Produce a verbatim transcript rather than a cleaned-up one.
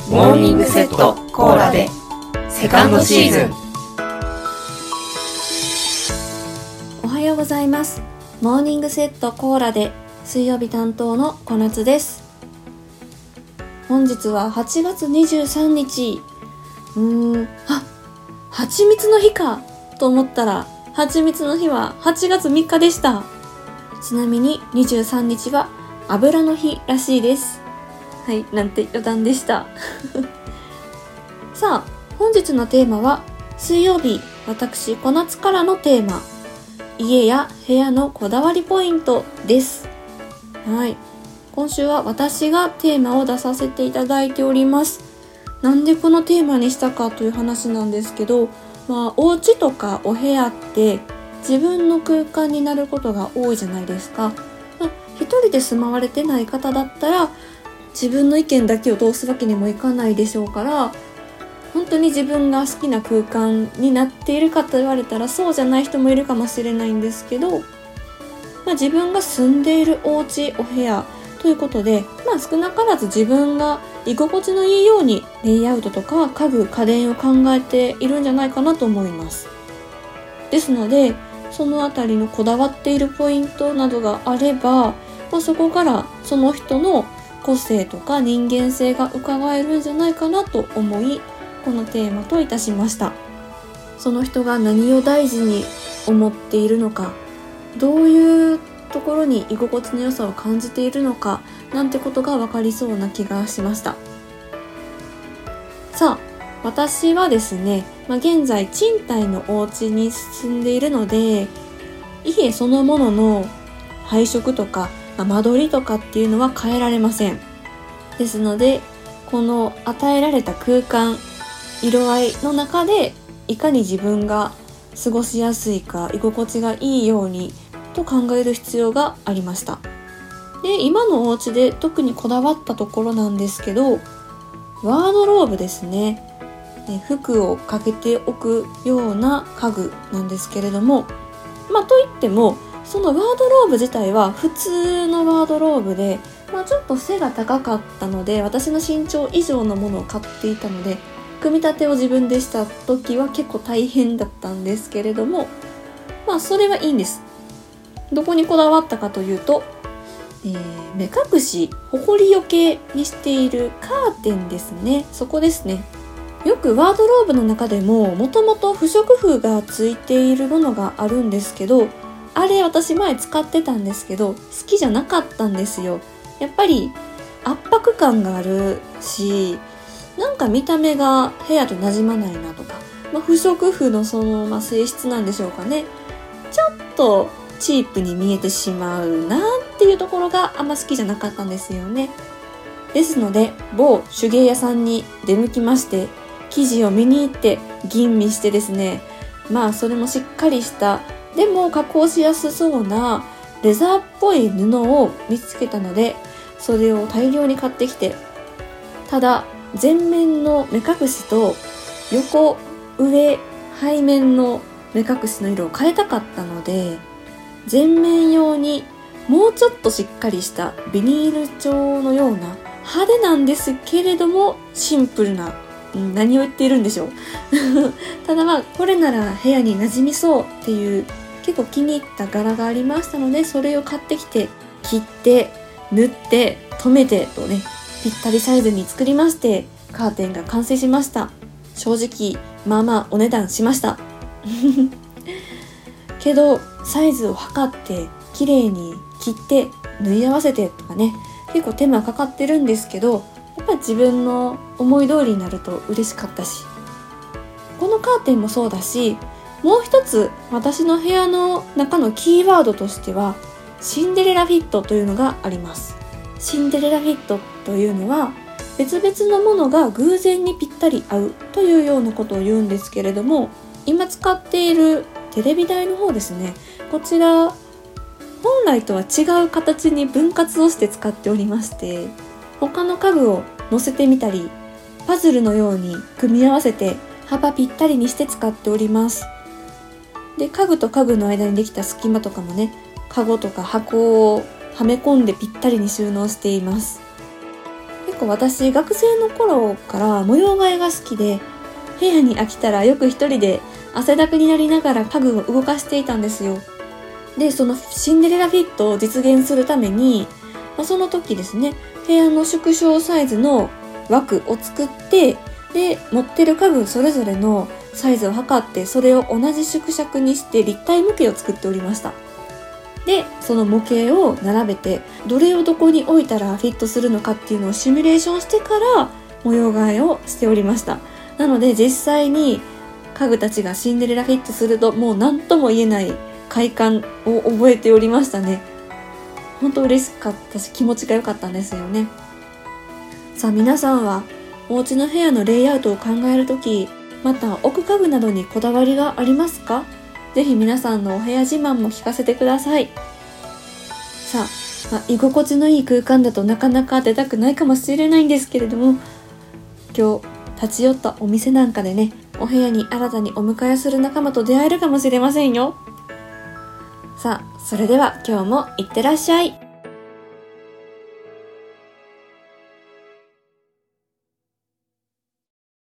モーニングセットコーラでセカンドシーズン。 おはようございます。モーニングセットコーラで水曜日担当の小夏です。本日ははちがつにじゅうさんにち。うーんあ蜂蜜の日かと思ったら、蜂蜜の日ははちがつみっかでした。ちなみににじゅうさんにちは油の日らしいです。はい、なんて余談でしたさあ、本日のテーマは水曜日、私小夏からのテーマ、家や部屋のこだわりポイントです。はい、今週は私がテーマを出させていただいております。なんでこのテーマにしたかという話なんですけど、まあお家とかお部屋って自分の空間になることが多いじゃないですか。まあ、一人で住まわれてない方だったら自分の意見だけを通すわけにもいかないでしょうから、本当に自分が好きな空間になっているかと言われたらそうじゃない人もいるかもしれないんですけど、まあ、自分が住んでいるお家お部屋ということで、まあ、少なからず自分が居心地のいいようにレイアウトとか家具家電を考えているんじゃないかなと思います。ですので、そのあたりのこだわっているポイントなどがあれば、まあ、そこからその人の個性とか人間性が伺えるんじゃないかなと思い、このテーマといたしました。その人が何を大事に思っているのか、どういうところに居心地の良さを感じているのかなんてことが分かりそうな気がしました。さあ、私はですね、まあ、現在賃貸のお家に住んでいるので、家そのものの配色とか、まあ、間取りとかっていうのは変えられません。ですので、この与えられた空間、色合いの中でいかに自分が過ごしやすいか、居心地がいいようにと考える必要がありました。で、今のお家で特にこだわったところなんですけど、ワードローブですね。服をかけておくような家具なんですけれども、まあといってもそのワードローブ自体は普通のワードローブで、まあ、ちょっと背が高かったので、私の身長以上のものを買っていたので、組み立てを自分でした時は結構大変だったんですけれども、まあそれはいいんです。どこにこだわったかというと、えー、目隠し、ほこりよけにしているカーテンですね。そこですね。よくワードローブの中でももともと不織布がついているものがあるんですけど、あれ私前使ってたんですけど好きじゃなかったんですよ。やっぱり圧迫感があるし、なんか見た目が部屋と馴染まないなとか、まあ、不織布のその、まあ、性質なんでしょうかね。ちょっとチープに見えてしまうなっていうところがあんま好きじゃなかったんですよね。ですので、某手芸屋さんに出向きまして、生地を見に行って吟味してですね、まあそれもしっかりしたでも加工しやすそうなレザーっぽい布を見つけたので、それを大量に買ってきて、ただ前面の目隠しと横上背面の目隠しの色を変えたかったので、前面用にもうちょっとしっかりしたビニール調のような派手なんですけれどもシンプルな、何を言っているんでしょうただまあこれなら部屋に馴染みそうっていう結構気に入った柄がありましたので、それを買ってきて切って縫って留めてとね、ぴったりサイズに作りまして、カーテンが完成しました。正直まあまあお値段しましたけどサイズを測って綺麗に切って縫い合わせてとかね、結構手間かかってるんですけど、やっぱり自分の思い通りになると嬉しかったし、このカーテンもそうだし、もう一つ私の部屋の中のキーワードとしてはシンデレラフィットというのがあります。シンデレラフィットというのは別々のものが偶然にぴったり合うというようなことを言うんですけれども、今使っているテレビ台の方ですね、こちら本来とは違う形に分割をして使っておりまして、他の家具を乗せてみたりパズルのように組み合わせて幅ぴったりにして使っております。で、家具と家具の間にできた隙間とかもね、カゴとか箱をはめ込んでぴったりに収納しています。で、 構私学生の頃から模様替えが好きで、部屋に飽きたらよく一人で汗だくになりながら家具を動かしていたんですよ。で、そのシンデレラフィットを実現するために、まあ、その時ですね、部屋の縮小サイズの枠を作って、で持ってる家具それぞれのサイズを測って、それを同じ縮尺にして立体模型を作っておりました。でその模型を並べて、どれをどこに置いたらフィットするのかっていうのをシミュレーションしてから模様替えをしておりました。なので実際に家具たちがシンデレラフィットすると、もう何とも言えない快感を覚えておりましたね。本当嬉しかったし、気持ちが良かったんですよね。さあ皆さんはお家の部屋のレイアウトを考えるとき、また置く家具などにこだわりがありますか？ぜひ皆さんのお部屋自慢も聞かせてください。さあ、まあ、居心地のいい空間だとなかなか出たくないかもしれないんですけれども、今日立ち寄ったお店なんかでね、お部屋に新たにお迎えする仲間と出会えるかもしれませんよ。さあ、それでは今日もいってらっしゃい。